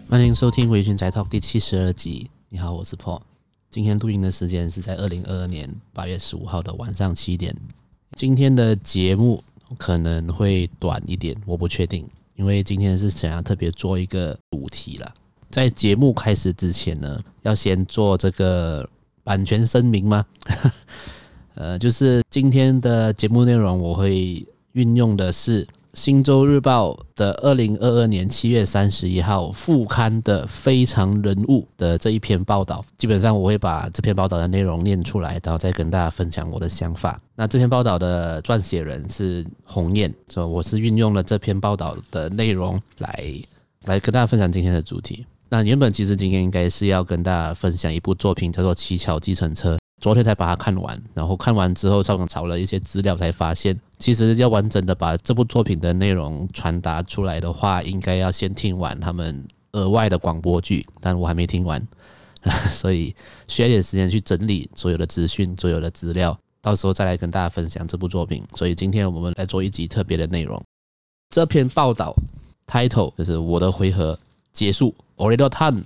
欢迎收听微醺宅 Talk 第72集。你好，我是 Paul。今天录音的时间是在2022年8月15号的晚上7点。今天的节目可能会短一点，我不确定，因为今天是想要特别做一个主题啦。在节目开始之前呢，要先做这个版权声明吗？就是今天的节目内容我会运用的是新洲日报的2022年7月31号副刊的非常人物的这一篇报道。基本上我会把这篇报道的内容念出来，然后再跟大家分享我的想法。那这篇报道的撰写人是鸿雁，所以我是运用了这篇报道的内容来跟大家分享今天的主题。那原本其实今天应该是要跟大家分享一部作品叫做《七巧计程车》，昨天才把它看完，然后看完之后上网找了一些资料，才发现其实要完整的把这部作品的内容传达出来的话，应该要先听完他们额外的广播剧，但我还没听完，所以需要一点时间去整理所有的资讯、所有的资料，到时候再来跟大家分享这部作品。所以今天我们来做一集特别的内容。这篇报道 title 就是我的回合结束 Orido Tan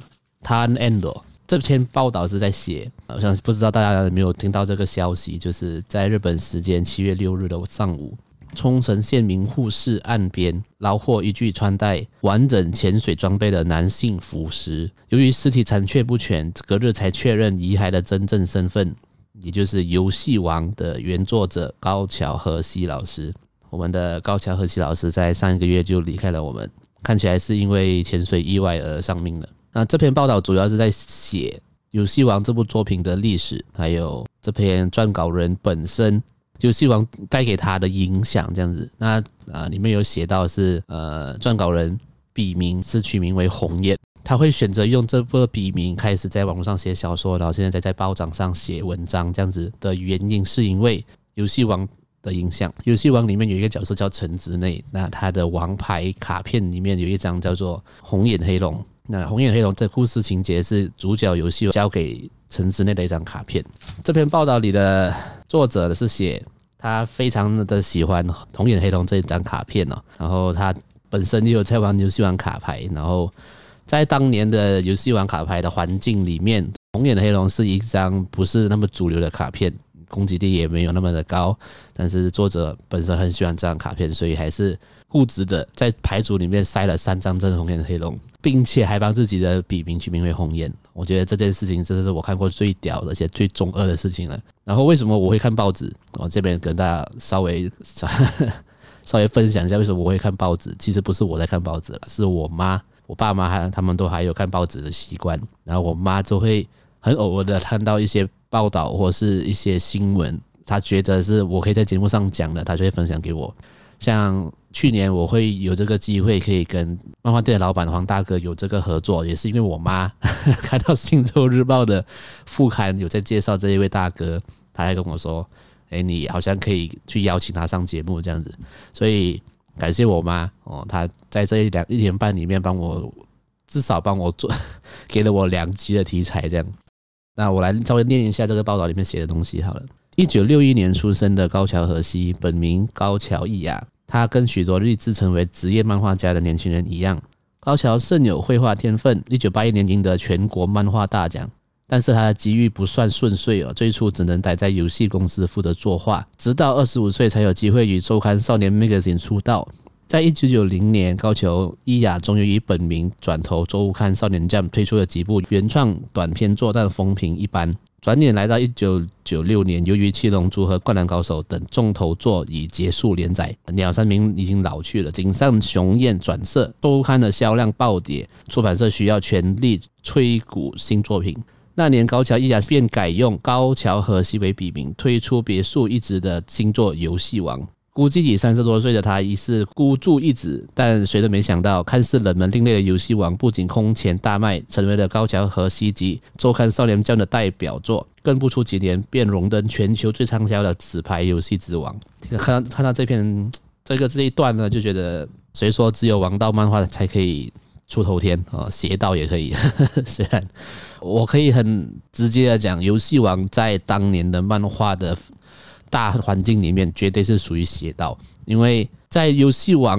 End。这篇报道是在写，好像不知道大家有没有听到这个消息，就是在日本时间7月6日的上午，冲绳县名护市岸边捞获一具穿戴完整潜水装备的男性浮尸。由于尸体残缺不全，隔日才确认遗骸的真正身份，也就是游戏王的原作者高桥和希老师。我们的高桥和希老师在上一个月就离开了我们，看起来是因为潜水意外而丧命了。那这篇报道主要是在写游戏王这部作品的历史，还有这篇撰稿人本身游戏王带给他的影响这样子。那里面有写到是撰稿人笔名是取名为鸿雁，他会选择用这部笔名开始在网络上写小说，然后现在在报章上写文章这样子的原因，是因为游戏王的影响。游戏王里面有一个角色叫陈直内，那他的王牌卡片里面有一张叫做红眼黑龙。那红眼黑龙这故事情节是主角游戏交给陈直内的一张卡片。这篇报道里的作者是写他非常的喜欢红眼黑龙这一张卡片哦，然后他本身也有在玩游戏王卡牌，然后在当年的游戏王卡牌的环境里面，红眼黑龙是一张不是那么主流的卡片，攻击力也没有那么的高，但是作者本身很喜欢这张卡片，所以还是固执的在牌组里面塞了3张真红眼黑龙，并且还帮自己的笔名取名为鸿雁。我觉得这件事情真的是我看过最屌的而且最中二的事情了。然后为什么我会看报纸，我这边跟大家稍微分享一下为什么我会看报纸。其实不是我在看报纸了，是我妈我爸妈他们都还有看报纸的习惯，然后我妈就会很偶尔的看到一些报道或是一些新闻，她觉得是我可以在节目上讲的，她就会分享给我。像去年我会有这个机会可以跟漫画店的老板黄大哥有这个合作，也是因为我妈看到新洲日报的副刊有在介绍这一位大哥，他还跟我说你好像可以去邀请他上节目这样子。所以感谢我妈她在这1年半里面至少帮我做给了我2集的题材这样。那我来稍微念一下这个报道里面写的东西好了。1961年出生的高桥和希，本名高桥一雅，他跟许多立志成为职业漫画家的年轻人一样，高桥甚有绘画天分。1981年赢得全国漫画大奖，但是他的机遇不算顺遂最初只能待在游戏公司负责作画，直到25岁才有机会与周刊少年 Magazine 出道。在1990年，高桥一雅终于以本名转投周刊少年 Jump， 推出了几部原创短篇作，但风评一般。转眼来到1996年，由于《七龙珠》和《灌篮高手》等重头作已结束连载，鸟山明已经老去了，井上雄彦转社，周刊的销量暴跌，出版社需要全力催谷新作品。那年高桥一雅便改用高桥和希为笔名，推出别树一帜的新作《游戏王》。估计已30多岁的他疑似孤注一掷，但谁都没想到，看似冷门另类的游戏王不仅空前大卖，成为了高桥和希及周刊少年这样的代表作，更不出几年便荣登全球最畅销的纸牌游戏之王。看到这一段呢，就觉得谁说只有王道漫画才可以出头天邪道也可以虽然我可以很直接的讲，游戏王在当年的漫画的大环境里面绝对是属于邪道，因为在游戏王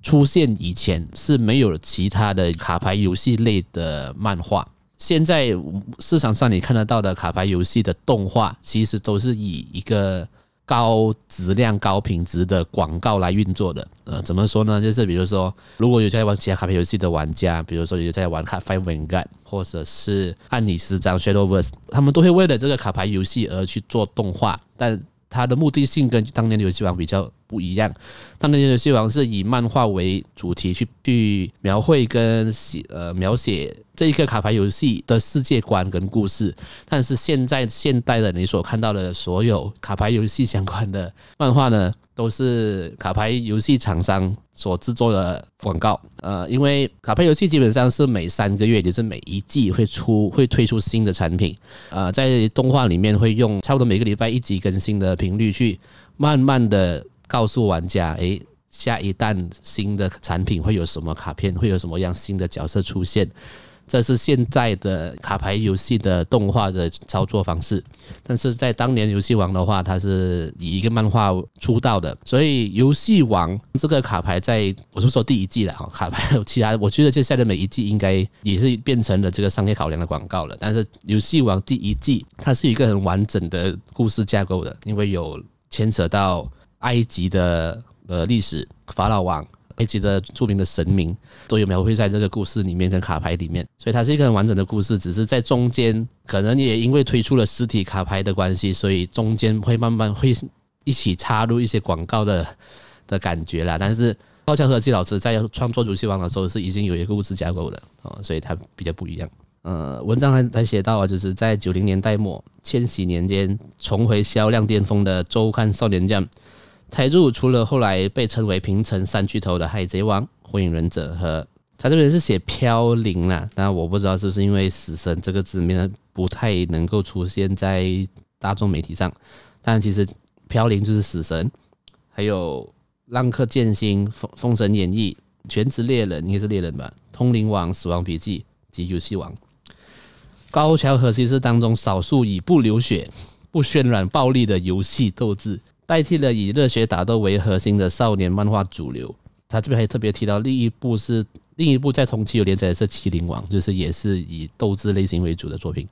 出现以前是没有其他的卡牌游戏类的漫画。现在市场上你看得到的卡牌游戏的动画，其实都是以一个高质量、高品质的广告来运作的。怎么说呢？就是比如说，如果有在玩其他卡牌游戏的玩家，比如说有在玩卡牌 Vanguard 或者是暗影十章 Shadowverse， 他们都会为了这个卡牌游戏而去做动画，但它的目的性跟当年的游戏王比较不一样。当年的游戏王是以漫画为主题去描绘跟描写这一个卡牌游戏的世界观跟故事，但是现代的你所看到的所有卡牌游戏相关的漫画呢，都是卡牌游戏厂商所制作的广告。因为卡牌游戏基本上是每3个月，就是每一季会推出新的产品。在动画里面会用差不多每个礼拜1集更新的频率去慢慢的告诉玩家，下一弹新的产品会有什么卡片，会有什么样新的角色出现。这是现在的卡牌游戏的动画的操作方式，但是在当年游戏王的话，它是以一个漫画出道的，所以游戏王这个卡牌我是说第1季了，卡牌其他我觉得接下来的每一季应该也是变成了这个商业考量的广告了。但是游戏王第1季它是一个很完整的故事架构的，因为有牵扯到埃及的历史，法老王。埃及的著名的神明都有描绘在这个故事里面跟卡牌里面，所以它是一个很完整的故事，只是在中间可能也因为推出了实体卡牌的关系，所以中间会慢慢会一起插入一些广告的感觉啦。但是高桥和希老师在创作游戏王的时候是已经有一个故事架构的，所以它比较不一样。文章还写到就是在90年代末、千禧年间重回销量巅峰的周刊少年Jump台入除了后来被称为平成3巨头的海贼王、火影忍者和他这边是写飘零啦，但我不知道是不是因为死神这个字面不太能够出现在大众媒体上，但其实飘零就是死神，还有浪客剑心、封神演义、全职猎人应该是猎人吧、通灵王、死亡笔记及游戏王。高桥和希是当中少数以不流血、不渲染暴力的游戏斗志代替了以热血打斗为核心的少年漫画主流。他这边还特别提到另一部在同期有连载的是《麒麟王》，就是也是以斗志类型为主的作品。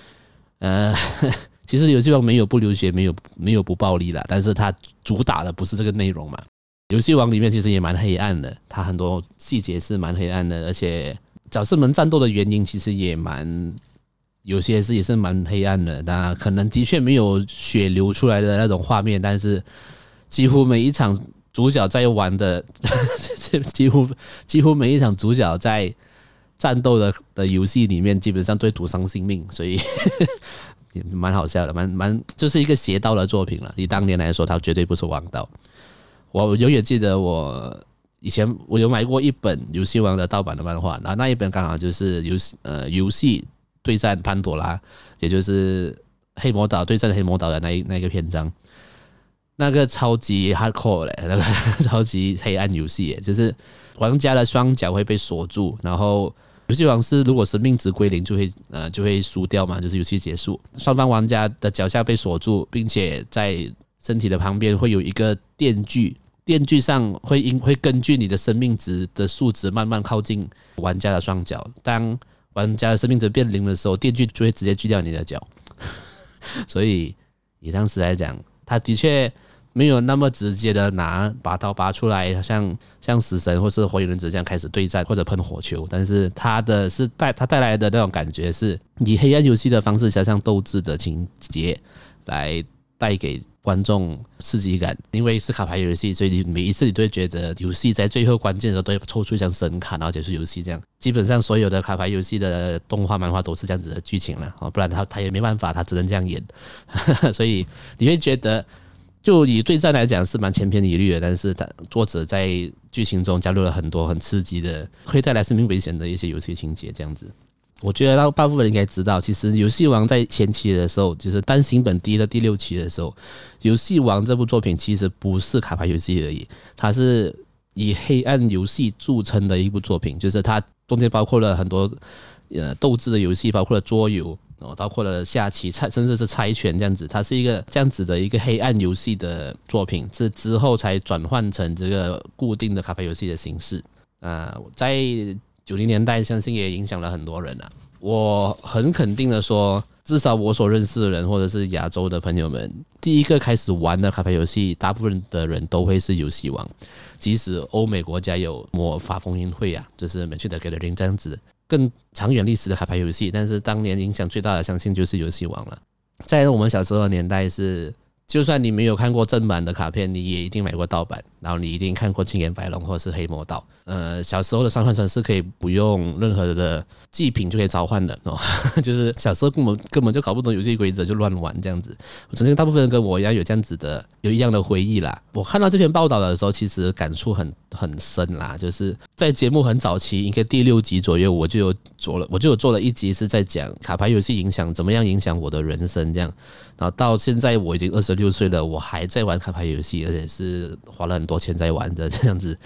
其实游戏王没有不流血，没有不暴力啦，但是它主打的不是这个内容嘛。游戏王里面其实也蛮黑暗的，它很多细节是蛮黑暗的，而且角色们战斗的原因其实有些也是蛮黑暗的，那可能的确没有血流出来的那种画面，但是几乎每一场主角在玩的几乎每一场主角在战斗的游戏里面基本上都会赌上性命，所以也蛮好笑的，蛮就是一个邪道的作品了。以当年来说，它绝对不是王道。我永远记得以前我有买过一本游戏王的盗版的漫画，然后那一本刚好就是游戏对战潘朵拉，也就是黑魔岛对战黑魔岛的那个篇章，那个超级 hardcore 嘞，那个超级黑暗游戏，就是玩家的双脚会被锁住，然后游戏王是如果生命值归零就会输掉嘛，就是游戏结束。双方玩家的脚下被锁住，并且在身体的旁边会有一个电锯，电锯上会根据你的生命值的数值慢慢靠近玩家的双脚。当玩家的生命值变0的时候，电锯就会直接锯掉你的脚。所以以当时来讲，他的确没有那么直接的把刀拔出来，像死神或是火影忍者这样开始对战或者喷火球，但是他带来的那种感觉是以黑暗游戏的方式加上斗志的情节来带给观众刺激感。因为是卡牌游戏，所以每一次你都会觉得游戏在最后关键的时候都会抽出一张神卡，然后结束游戏这样。基本上所有的卡牌游戏的动画漫画都是这样子的剧情了，不然他也没办法，他只能这样演。所以你会觉得就以对战来讲是蛮千篇一律的，但是作者在剧情中加入了很多很刺激的会带来生命危险的一些游戏情节这样子。我觉得大部分人应该知道，其实游戏王在前期的时候，就是单行本第1到第6期的时候，游戏王这部作品其实不是卡牌游戏而已，它是以黑暗游戏著称的一部作品，就是它中间包括了很多斗智的游戏，包括了桌游， 包括了下棋、甚至是猜拳这样子，它是一个这样子的一个黑暗游戏的作品，是之后才转换成这个固定的卡牌游戏的形式。在90年代，相信也影响了很多人啊。我很肯定的说，至少我所认识的人或者是亚洲的朋友们，第一个开始玩的卡牌游戏，大部分的人都会是游戏王。即使欧美国家有魔法封印会啊，就是 Magic the Gathering 这样子更长远历史的卡牌游戏，但是当年影响最大的，相信就是游戏王了。在我们小时候的年代是，就算你没有看过正版的卡片，你也一定买过盗版，然后你一定看过青眼白龙或是黑魔道。小时候的3换3是可以不用任何的祭品就可以召唤的就是小时候根本就搞不懂游戏规则就乱玩这样子。我相信大部分人跟我一样有这样子的有一样的回忆啦。我看到这篇报道的时候，其实感触很深啦，就是在节目很早期，应该第6集左右，我就有做了一集是在讲卡牌游戏怎么样影响我的人生这样。然后到现在我已经26岁了，我还在玩卡牌游戏，而且是花了很多钱在玩的这样子。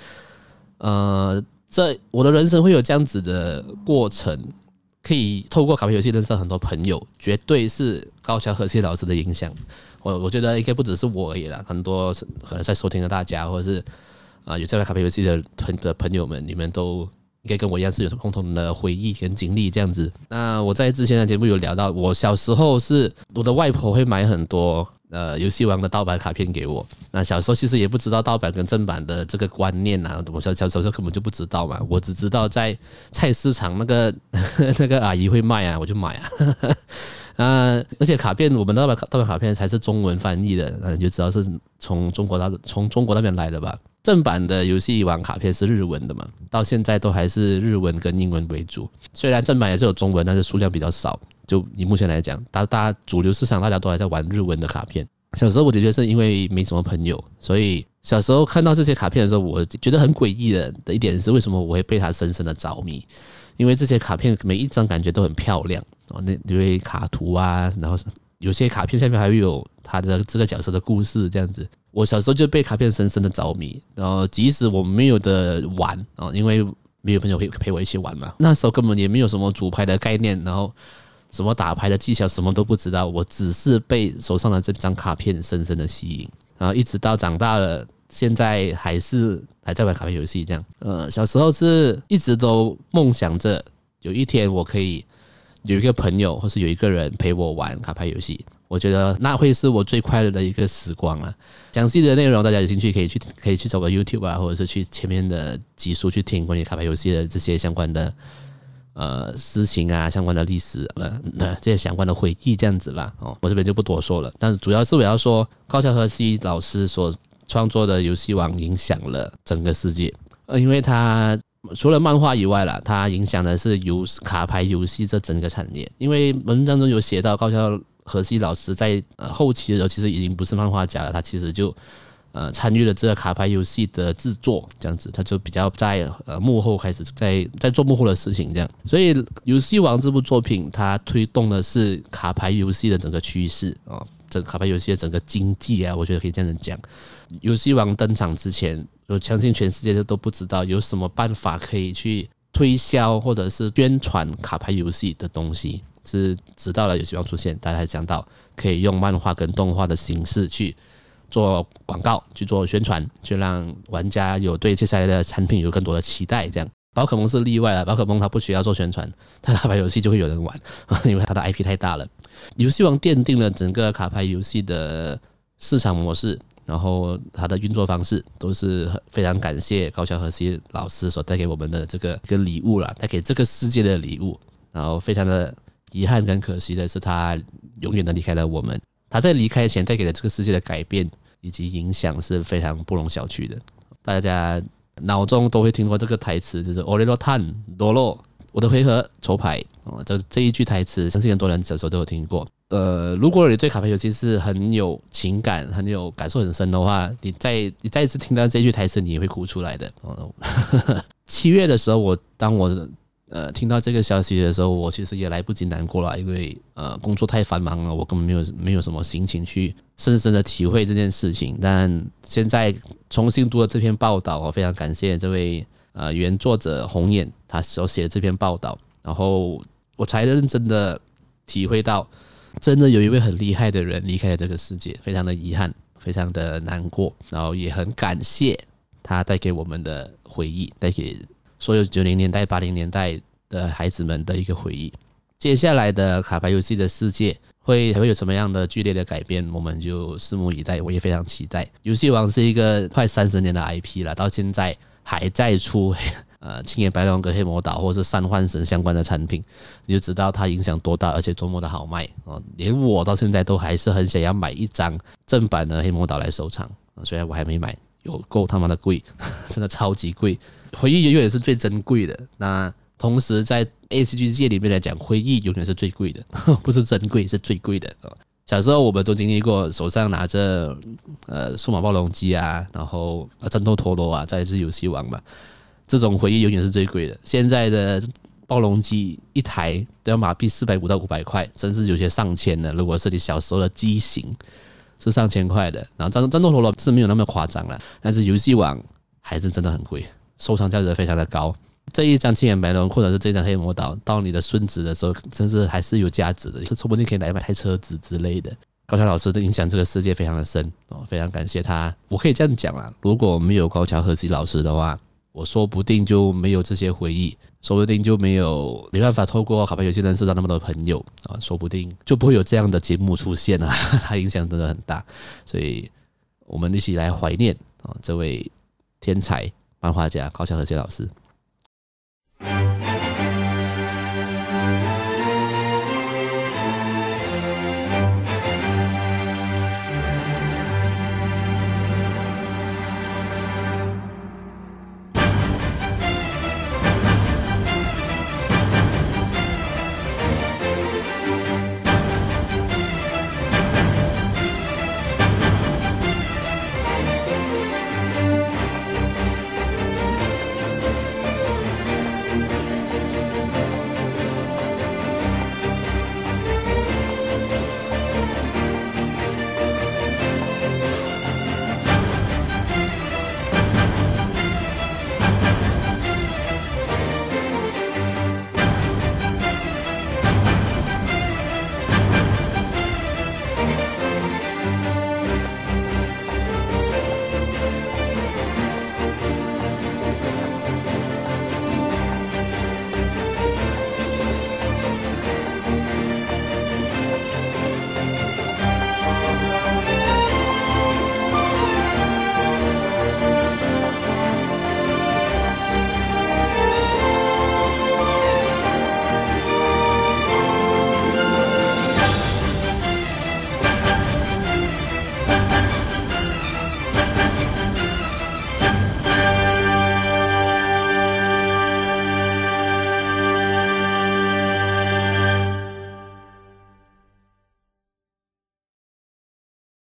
我的人生会有这样子的过程，可以透过卡牌游戏认识到很多朋友，绝对是高桥和希老师的影响。我觉得应该不只是我而已啦，很多可能在收听的大家，或者是有在玩卡牌游戏的朋友们，你们都应该跟我一样是有共同的回忆跟经历这样子。那我在之前的节目有聊到，我小时候是我的外婆会买很多游戏王的盗版卡片给我。那小时候其实也不知道盗版跟正版的这个观念啊，我小时候根本就不知道嘛，我只知道在菜市场那个阿姨会卖啊，我就买啊。而且卡片，我们盗版卡片才是中文翻译的，你就知道是从中国那边来的吧。正版的游戏王卡片是日文的嘛，到现在都还是日文跟英文为主。虽然正版也是有中文，但是数量比较少。就以目前来讲，大家主流市场大家都还在玩日文的卡片。小时候我觉得是因为没什么朋友，所以小时候看到这些卡片的时候，我觉得很诡异的一点是，为什么我会被它深深的着迷？因为这些卡片每一张感觉都很漂亮那因为卡图啊，然后有些卡片下面还会有他的这个角色的故事这样子。我小时候就被卡片深深的着迷，然后即使我没有的玩因为没有朋友陪我一起玩嘛，那时候根本也没有什么组牌的概念，然后什么打牌的技巧什么都不知道，我只是被手上的这张卡片深深的吸引，然后一直到长大了，现在还在玩卡牌游戏这样。小时候是一直都梦想着有一天我可以有一个朋友或是有一个人陪我玩卡牌游戏，我觉得那会是我最快乐的一个时光啊。详细的内容大家有兴趣可以去找个 YouTube 或者是去前面的集数去听关于卡牌游戏的这些相关的事情啊，相关的历史这些相关的回忆这样子啦我这边就不多说了。但是主要是我要说高桥和希老师所创作的游戏王影响了整个世界，因为他除了漫画以外啦，它影响的是卡牌游戏这整个产业。因为文章中有写到高桥和希老师在后期的时候其实已经不是漫画家了，他其实就参与了这个卡牌游戏的制作这样子，他就比较在幕后开始在做幕后的事情这样。所以游戏王这部作品它推动的是卡牌游戏的整个趋势整卡牌游戏的整个经济啊，我觉得可以这样子讲。游戏王登场之前，我相信全世界都不知道有什么办法可以去推销或者是宣传卡牌游戏的东西，是直到了游戏王出现，大家才想到可以用漫画跟动画的形式去做广告，去做宣传，去让玩家有对接下来的产品有更多的期待这样。宝可梦是例外了，宝可梦它不需要做宣传，它卡牌游戏就会有人玩因为它的 IP 太大了。游戏王奠定了整个卡牌游戏的市场模式，然后它的运作方式都是非常感谢高桥和希老师所带给我们的这个礼物啦，带给这个世界的礼物。然后非常的遗憾跟可惜的是，他永远的离开了我们。他在离开前带给了这个世界的改变以及影响是非常不容小觑的。大家脑中都会听过这个台词，就是 Orelo Tan Dolo， 我的回合抽牌这一句台词，相信很多人小时候都有听过。如果你对卡牌游戏是很有情感、很有感受很深的话，你再一次听到这句台词，你也会哭出来的。7月的时候，当我听到这个消息的时候，我其实也来不及难过了，因为工作太繁忙了，我根本没有什么心情去深深的体会这件事情。但现在重新读了这篇报道，我非常感谢这位原作者红眼他所写的这篇报道，然后我才认真的体会到，真的有一位很厉害的人离开了这个世界，非常的遗憾，非常的难过，然后也很感谢他带给我们的回忆，带给所有90年代、80年代的孩子们的一个回忆。接下来的卡牌游戏的世界会有什么样的剧烈的改变，我们就拭目以待。我也非常期待。游戏王是一个快30年的 IP 了，到现在还在出青眼白龙跟黑魔岛或是三幻神相关的产品，你就知道它影响多大，而且多么的好卖。连我到现在都还是很想要买一张正版的黑魔岛来收藏，虽然我还没买，有够他妈的贵，真的超级贵。回忆永远是最珍贵的，那同时在 ACG 界里面来讲，回忆永远是最贵的，不是珍贵，是最贵的。小时候我们都经历过，手上拿着数码暴龙机啊，然后战斗陀螺啊，再是游戏王嘛，这种回忆永远是最贵的。现在的暴龙机一台都要马币450到500块，甚至有些上千的。如果是你小时候的机型，是上千块的。然后战斗陀螺是没有那么夸张了，但是游戏王还是真的很贵，收藏价值非常的高。这一张青眼白龙或者是这张黑魔岛到你的孙子的时候，甚至还是有价值的，说不定可以来买台车子之类的。高桥老师的影响这个世界非常的深，非常感谢他。我可以这样讲啦，如果没有高桥和希老师的话，我说不定就没有这些回忆，说不定就没办法透过卡牌游戏认识到那么多朋友，说不定就不会有这样的节目出现啊。他影响真的很大，所以我们一起来怀念这位天才漫画家高桥和希老师。